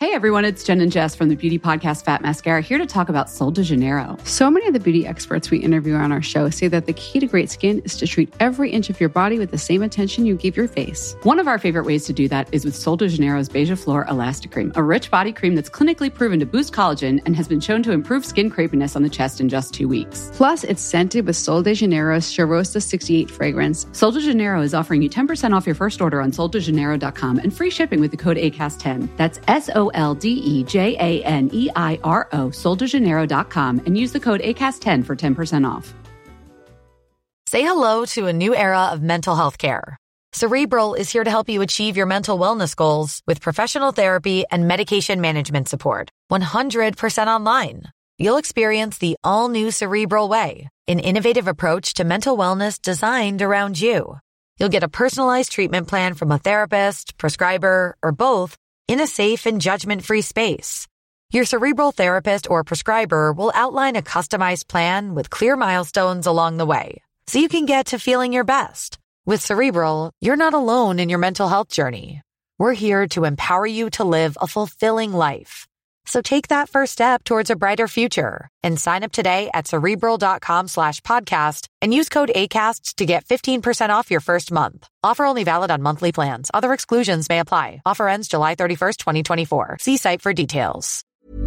Hey everyone, it's Jen and Jess from the beauty podcast Fat Mascara here to talk about Sol de Janeiro. So many of the beauty experts we interview on our show say that the key to great skin is to treat every inch of your body with the same attention you give your face. One of our favorite ways to do that is with Sol de Janeiro's Beija Flor Elastic Cream, a rich body cream that's clinically proven to boost collagen and has been shown to improve skin crepiness on the chest in just 2 weeks. Plus, it's scented with Sol de Janeiro's Charosta 68 fragrance. Sol de Janeiro is offering you 10% off your first order on soldejaneiro.com and free shipping with the code ACAST10. That's SOLDEJANEIRO, soldejaneiro.com, and use the code ACAST10 for 10% off. Say hello to a new era of mental health care. Cerebral is here to help you achieve your mental wellness goals with professional therapy and medication management support. 100% online. You'll experience the all-new Cerebral Way, an innovative approach to mental wellness designed around you. You'll get a personalized treatment plan from a therapist, prescriber, or both in a safe and judgment-free space. Your Cerebral therapist or prescriber will outline a customized plan with clear milestones along the way, so you can get to feeling your best. With Cerebral, you're not alone in your mental health journey. We're here to empower you to live a fulfilling life. So take that first step towards a brighter future and sign up today at Cerebral.com/podcast and use code ACAST to get 15% off your first month. Offer only valid on monthly plans. Other exclusions may apply. Offer ends July 31st, 2024. See site for details.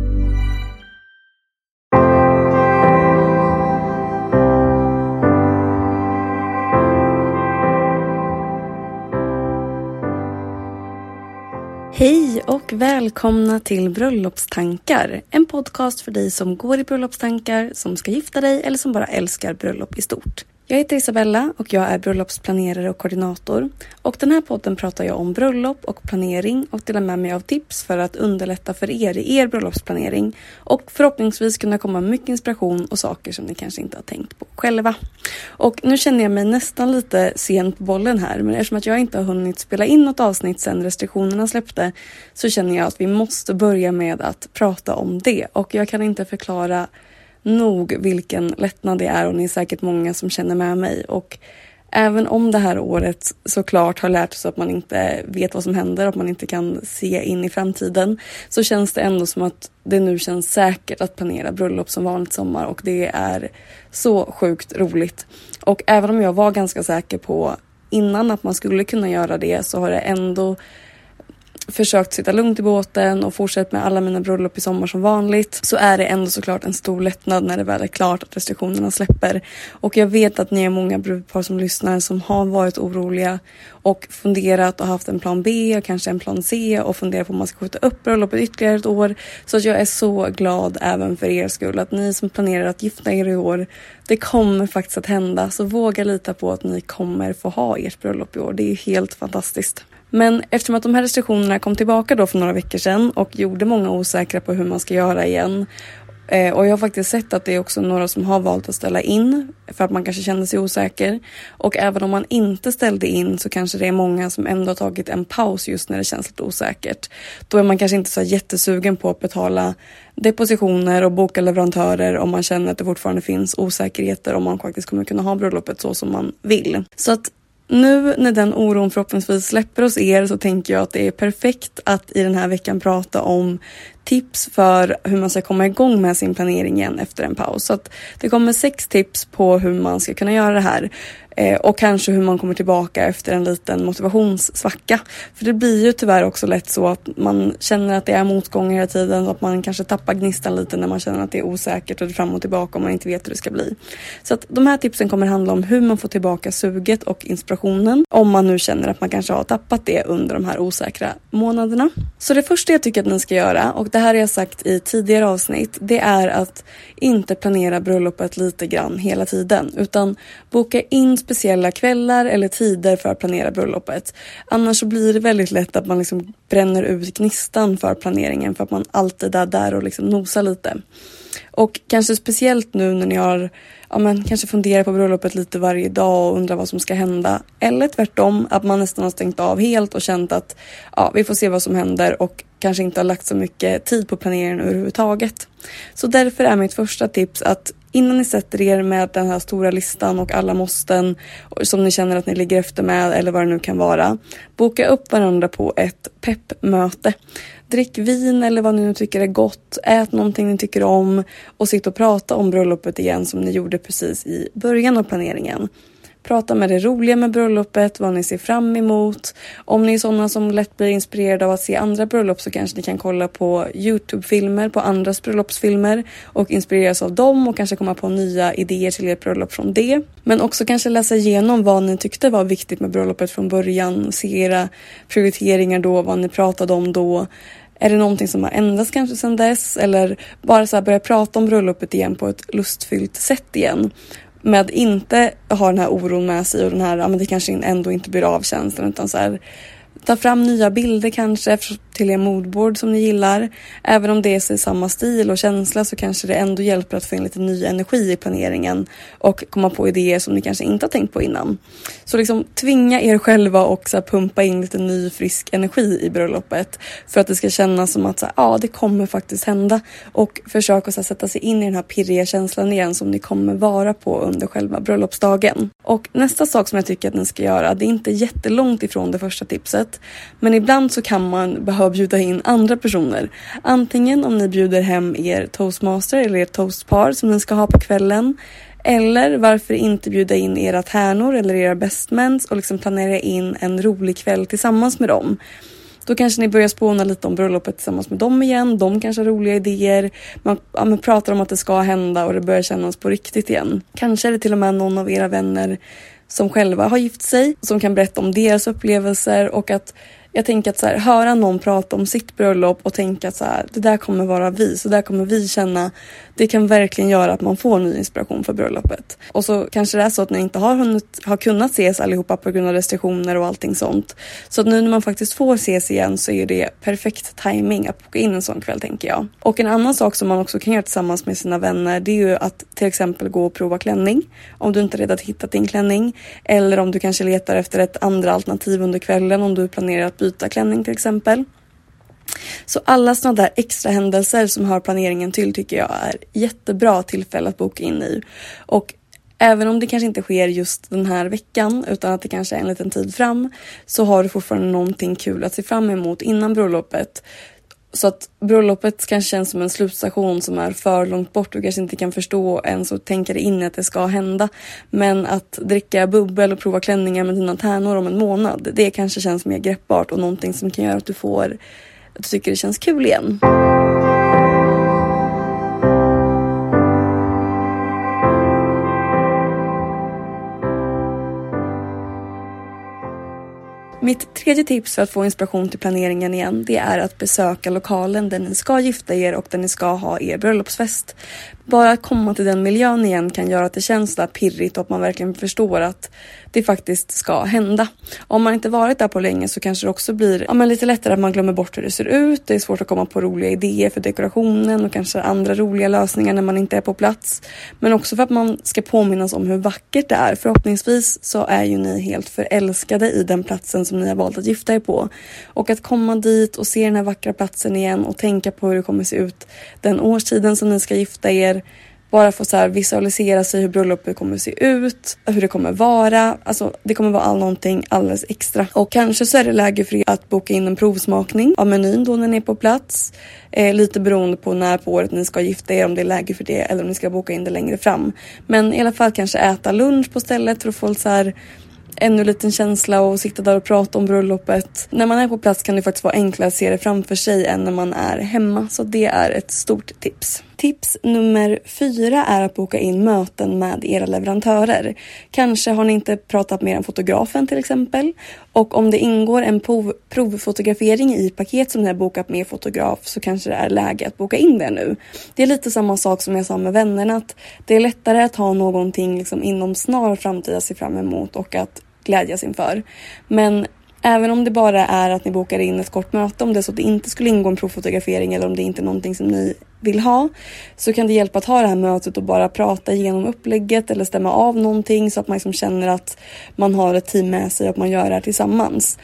Hej och välkomna till Bröllopstankar. En podcast för dig som går i bröllopstankar, som ska gifta dig eller som bara älskar bröllop i stort. Jag heter Isabella och jag är bröllopsplanerare och koordinator. Och den här podden pratar jag om bröllop och planering och delar med mig av tips för att underlätta för er i er bröllopsplanering. Och förhoppningsvis kunna komma mycket inspiration och saker som ni kanske inte har tänkt på själva. Och nu känner jag mig nästan lite sen på bollen här. Men eftersom att jag inte har hunnit spela in något avsnitt sedan restriktionerna släppte, så känner jag att vi måste börja med att prata om det. Och jag kan inte förklara nog vilken lättnad det är, och ni är säkert många som känner med mig. Och även om det här året såklart har lärt oss att man inte vet vad som händer, att man inte kan se in i framtiden, så känns det ändå som att det nu känns säkert att planera bröllop som vanligt sommar, och det är så sjukt roligt. Och även om jag var ganska säker på innan att man skulle kunna göra det, så har det ändå försökt sitta lugnt i båten och fortsätta med alla mina bröllop i sommar som vanligt, så är det ändå såklart en stor lättnad när det väl är klart att restriktionerna släpper. Och jag vet att ni är många brudpar som lyssnar som har varit oroliga och funderat och haft en plan B och kanske en plan C och funderat på om man ska skjuta upp bröllopet ytterligare ett år. Så att jag är så glad även för er skull att ni som planerar att gifta er i år, det kommer faktiskt att hända. Så våga lita på att ni kommer få ha ert bröllop i år. Det är helt fantastiskt. Men eftersom att de här restriktionerna kom tillbaka då för några veckor sedan och gjorde många osäkra på hur man ska göra igen. Och jag har faktiskt sett att det är också några som har valt att ställa in för att man kanske känner sig osäker. Och även om man inte ställde in, så kanske det är många som ändå har tagit en paus just när det känns lite osäkert. Då är man kanske inte så jättesugen på att betala depositioner och boka leverantörer om man känner att det fortfarande finns osäkerheter om man faktiskt kommer kunna ha bröllopet så som man vill. Så att nu när den oron förhoppningsvis släpper hos er, så tänker jag att det är perfekt att i den här veckan prata om tips för hur man ska komma igång med sin planering igen efter en paus. Så att det kommer 6 tips på hur man ska kunna göra det här. Och kanske hur man kommer tillbaka efter en liten motivationssvacka. För det blir ju tyvärr också lätt så att man känner att det är motgångar hela tiden. Och att man kanske tappar gnistan lite när man känner att det är osäkert och det är fram och tillbaka och man inte vet hur det ska bli. Så att de här tipsen kommer handla om hur man får tillbaka suget och inspirationen. Om man nu känner att man kanske har tappat det under de här osäkra månaderna. Så det första jag tycker att ni ska göra, och det här har jag sagt i tidigare avsnitt, det är att inte planera bröllopet lite grann hela tiden. Utan boka in speciella kvällar eller tider för att planera bröllopet. Annars så blir det väldigt lätt att man liksom bränner ut gnistan för planeringen, för att man alltid är där och liksom nosar lite. Och kanske speciellt nu när ni har kanske funderar på bröllopet lite varje dag och undrar vad som ska hända. Eller tvärtom, att man nästan har stängt av helt och känt att vi får se vad som händer och kanske inte har lagt så mycket tid på planeringen överhuvudtaget. Så därför är mitt första tips att innan ni sätter er med den här stora listan och alla måsten som ni känner att ni ligger efter med eller vad det nu kan vara, boka upp varandra på ett peppmöte. drick vin eller vad ni nu tycker är gott. Ät någonting ni tycker om och sitt och prata om bröllopet igen som ni gjorde precis i början av planeringen. Prata med det roliga med bröllopet, vad ni ser fram emot. Om ni är sådana som lätt blir inspirerade av att se andra bröllop så kanske ni kan kolla på YouTube-filmer, på andras bröllopsfilmer och inspireras av dem och kanske komma på nya idéer till ert bröllop från det. Men också kanske läsa igenom vad ni tyckte var viktigt med bröllopet från början. Se era prioriteringar då, vad ni pratade om då. Är det någonting som har ändrats kanske sedan dess? Eller bara så här börja prata om bröllopet igen på ett lustfyllt sätt igen. Med inte ha den här oron med sig och den här, men det kanske ändå inte blir av känslan, utan så här, ta fram nya bilder kanske till er moodboard som ni gillar. Även om det är i samma stil och känsla så kanske det ändå hjälper att få in lite ny energi i planeringen och komma på idéer som ni kanske inte har tänkt på innan. Så liksom tvinga er själva och så här, pumpa in lite ny frisk energi i bröllopet för att det ska kännas som att så här, ja, det kommer faktiskt hända. Och försök att så här, sätta sig in i den här pirriga känslan igen som ni kommer vara på under själva bröllopsdagen. Och nästa sak som jag tycker att ni ska göra, det är inte jättelångt ifrån det första tipset. Men ibland så kan man behöva bjuda in andra personer. Antingen om ni bjuder hem er toastmaster eller er toastpar som ni ska ha på kvällen. Eller varför inte bjuda in era tärnor eller era bestmans och liksom planera in en rolig kväll tillsammans med dem. Då kanske ni börjar spåna lite om bröllopet tillsammans med dem igen. De kanske har roliga idéer. Man pratar om att det ska hända och det börjar kännas på riktigt igen. Kanske är det till och med någon av era vänner som själva har gift sig, som kan berätta om deras upplevelser. Och att jag tänker att så här, höra någon prata om sitt bröllop och tänka att så här, det där kommer vara vi, så där kommer vi känna. Det kan verkligen göra att man får ny inspiration för bröllopet. Och så kanske det är så att ni inte har kunnat ses allihopa på grund av restriktioner och allting sånt. Så att nu när man faktiskt får ses igen så är det perfekt timing att boka in en sån kväll, tänker jag. Och en annan sak som man också kan göra tillsammans med sina vänner, det är ju att till exempel gå och prova klänning. Om du inte redan hittat din klänning. Eller om du kanske letar efter ett andra alternativ under kvällen, om du planerar att byta klänning till exempel. Så alla sådana där extra händelser som hör planeringen till tycker jag är jättebra tillfälle att boka in i. Och även om det kanske inte sker just den här veckan utan att det kanske är en liten tid fram, så har du fortfarande någonting kul att se fram emot innan bröllopet. Så att bröllopet kanske känns som en slutstation som är för långt bort och kanske inte kan förstå ens och tänka dig in att det ska hända. Men att dricka bubbel och prova klänningar med dina tärnor om en månad, det kanske känns mer greppbart och någonting som kan göra att du tycker det känns kul igen. Mitt tredje tips för att få inspiration till planeringen igen, det är att besöka lokalen där ni ska gifta er och där ni ska ha er bröllopsfest. Bara att komma till den miljön igen kan göra att det känns där pirrigt och att man verkligen förstår att det faktiskt ska hända. Om man inte varit där på länge så kanske det också blir lite lättare att man glömmer bort hur det ser ut. Det är svårt att komma på roliga idéer för dekorationen och kanske andra roliga lösningar när man inte är på plats. Men också för att man ska påminnas om hur vackert det är. Förhoppningsvis så är ju ni helt förälskade i den platsen som ni har valt att gifta er på. Och att komma dit och se den här vackra platsen igen och tänka på hur det kommer se ut den årstiden som ni ska gifta er. Bara få så här visualisera sig hur bröllopet kommer se ut, hur det kommer vara. Alltså det kommer vara någonting alldeles extra. Och kanske så är det läge för er att boka in en provsmakning av menyn då när ni är på plats. Lite beroende på när på året ni ska gifta er, om det är läge för det eller om ni ska boka in det längre fram. Men i alla fall kanske äta lunch på stället för att få så här ännu liten känsla och sitta där och prata om bröllopet. När man är på plats kan det faktiskt vara enklare att se det framför sig än när man är hemma. Så det är ett stort tips. Tips nummer 4 är att boka in möten med era leverantörer. Kanske har ni inte pratat med en fotografen till exempel. Och om det ingår en provfotografering i paket som ni har bokat med fotograf så kanske det är läge att boka in det nu. Det är lite samma sak som jag sa med vännerna. Att det är lättare att ha någonting liksom inom snar framtid att se fram emot och att glädjas inför. Men även om det bara är att ni bokar in ett kort möte, om det så att det inte skulle ingå en provfotografering eller om det inte är någonting som ni vill ha, så kan det hjälpa att ha det här mötet och bara prata igenom upplägget eller stämma av någonting så att man liksom känner att man har ett team med sig och att man gör det här tillsammans.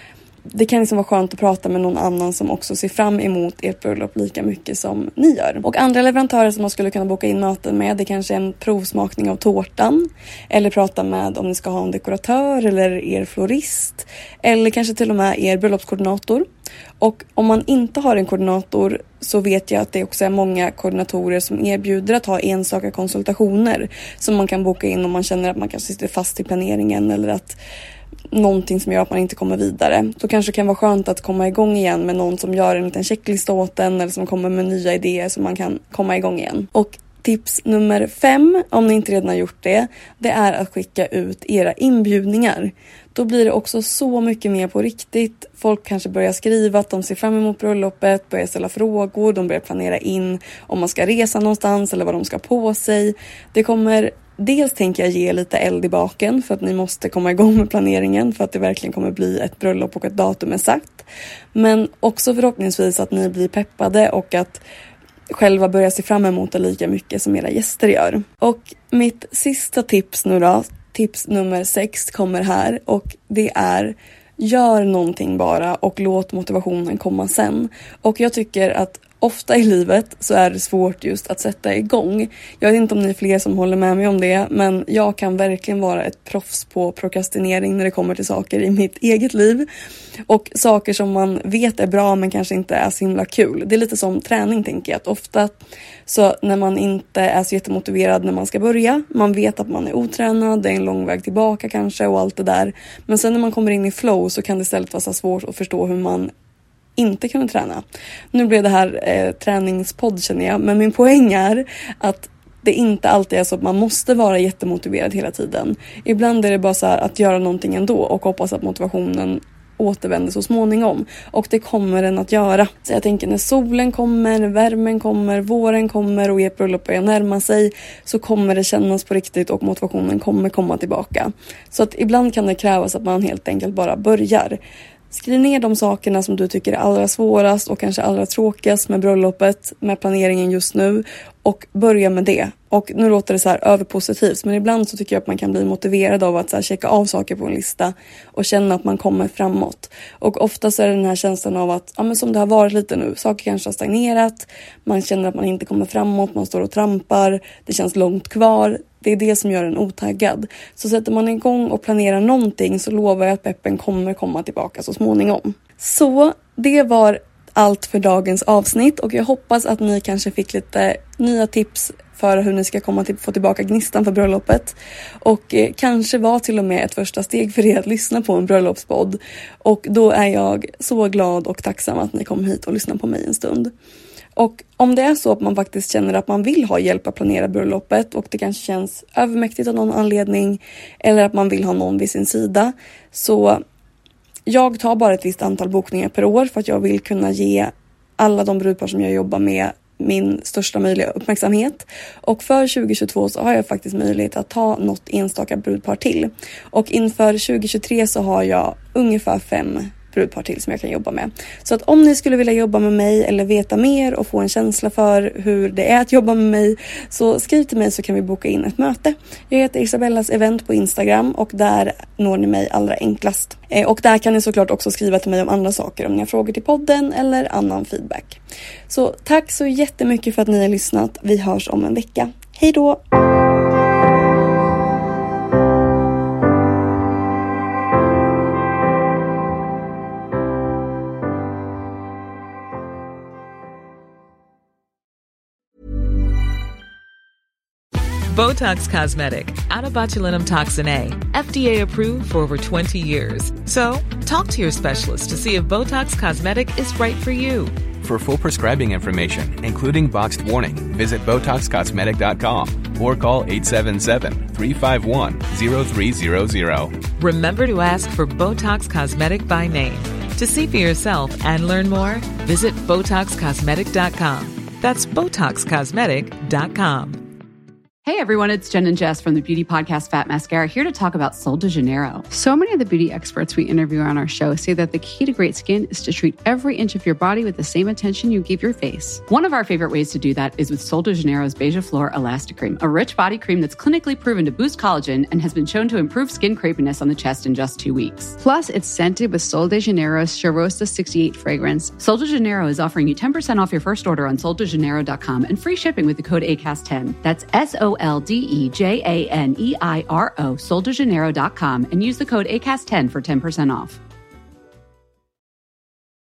det kan liksom vara skönt att prata med någon annan som också ser fram emot ert bröllop lika mycket som ni gör. Och andra leverantörer som man skulle kunna boka in möten med, det kanske är en provsmakning av tårtan. Eller prata med om ni ska ha en dekoratör eller er florist. Eller kanske till och med er bröllopskoordinator. Och om man inte har en koordinator så vet jag att det också är många koordinatorer som erbjuder att ha enstaka konsultationer som man kan boka in om man känner att man kanske sitter fast i planeringen eller att någonting som gör att man inte kommer vidare. Då kanske det kan vara skönt att komma igång igen med någon som gör en liten checklista åt en eller som kommer med nya idéer så man kan komma igång igen. Och tips nummer 5, om ni inte redan har gjort det, det är att skicka ut era inbjudningar. Då blir det också så mycket mer på riktigt. Folk kanske börjar skriva att de ser fram emot bröllopet, börjar ställa frågor, de börjar planera in om man ska resa någonstans eller vad de ska på sig. Det kommer dels tänker jag ge lite eld i baken för att ni måste komma igång med planeringen för att det verkligen kommer bli ett bröllop och ett datum är sagt. Men också förhoppningsvis att ni blir peppade och att själva börjar se fram emot det lika mycket som era gäster gör. Och mitt sista tips nu då, tips nummer 6 kommer här och det är: gör någonting bara och låt motivationen komma sen. Och jag tycker att ofta i livet så är det svårt just att sätta igång. Jag vet inte om ni är fler som håller med mig om det, men jag kan verkligen vara ett proffs på prokrastinering när det kommer till saker i mitt eget liv. Och saker som man vet är bra men kanske inte är så himla kul. Det är lite som träning tänker jag. Att ofta så när man inte är så jättemotiverad när man ska börja. Man vet att man är otränad, det är en lång väg tillbaka kanske och allt det där. Men sen när man kommer in i flow så kan det istället vara så svårt att förstå hur man inte kunna träna. Nu blev det här träningspodd känner jag. Men min poäng är att det inte alltid är så att man måste vara jättemotiverad hela tiden. Ibland är det bara så här att göra någonting ändå och hoppas att motivationen återvänder så småningom. Och det kommer den att göra. Så jag tänker när solen kommer, värmen kommer, våren kommer och ert bröllop börjar närma sig så kommer det kännas på riktigt och motivationen kommer komma tillbaka. Så att ibland kan det krävas att man helt enkelt bara börjar. Skriv ner de sakerna som du tycker är allra svårast och kanske allra tråkigast med bröllopet, med planeringen just nu och börja med det. Och nu låter det så här överpositivt, men ibland så tycker jag att man kan bli motiverad av att så här checka av saker på en lista och känna att man kommer framåt. Och oftast är det den här känslan av att, ja men som det har varit lite nu, saker kanske har stagnerat, man känner att man inte kommer framåt, man står och trampar, det känns långt kvar. Det är det som gör en otaggad. Så sätter man igång och planerar någonting så lovar jag att peppen kommer komma tillbaka så småningom. Så det var allt för dagens avsnitt och jag hoppas att ni kanske fick lite nya tips för hur ni ska få tillbaka gnistan för bröllopet. Och kanske var till och med ett första steg för er att lyssna på en bröllopspodd. Och då är jag så glad och tacksam att ni kom hit och lyssnade på mig en stund. Och om det är så att man faktiskt känner att man vill ha hjälp att planera bröllopet och det kanske känns övermäktigt av någon anledning eller att man vill ha någon vid sin sida, så jag tar bara ett visst antal bokningar per år för att jag vill kunna ge alla de brudpar som jag jobbar med min största möjliga uppmärksamhet. Och för 2022 så har jag faktiskt möjlighet att ta något enstaka brudpar till. Och inför 2023 så har jag ungefär 5 brudpar till som jag kan jobba med. Så att om ni skulle vilja jobba med mig eller veta mer och få en känsla för hur det är att jobba med mig, så skriv till mig så kan vi boka in ett möte. Jag heter Isabellas event på Instagram och där når ni mig allra enklast. Och där kan ni såklart också skriva till mig om andra saker om ni har frågor till podden eller annan feedback. Så tack så jättemycket för att ni har lyssnat. Vi hörs om en vecka. Hej då! Botox Cosmetic, out of botulinum toxin A, FDA approved for over 20 years. So, talk to your specialist to see if Botox Cosmetic is right for you. For full prescribing information, including boxed warning, visit BotoxCosmetic.com or call 877-351-0300. Remember to ask for Botox Cosmetic by name. To see for yourself and learn more, visit BotoxCosmetic.com. That's BotoxCosmetic.com. Hey everyone, it's Jen and Jess from the beauty podcast Fat Mascara here to talk about Sol de Janeiro. So many of the beauty experts we interview on our show say that the key to great skin is to treat every inch of your body with the same attention you give your face. One of our favorite ways to do that is with Sol de Janeiro's Beija Flor Elastic Cream, a rich body cream that's clinically proven to boost collagen and has been shown to improve skin crepiness on the chest in just 2 weeks. Plus, it's scented with Sol de Janeiro's Charosta 68 fragrance. Sol de Janeiro is offering you 10% off your first order on soldejaneiro.com and free shipping with the code ACAST10. That's SOLDEJANEIRO, soldejaneiro.com, and use the code ACAST10 for 10% off.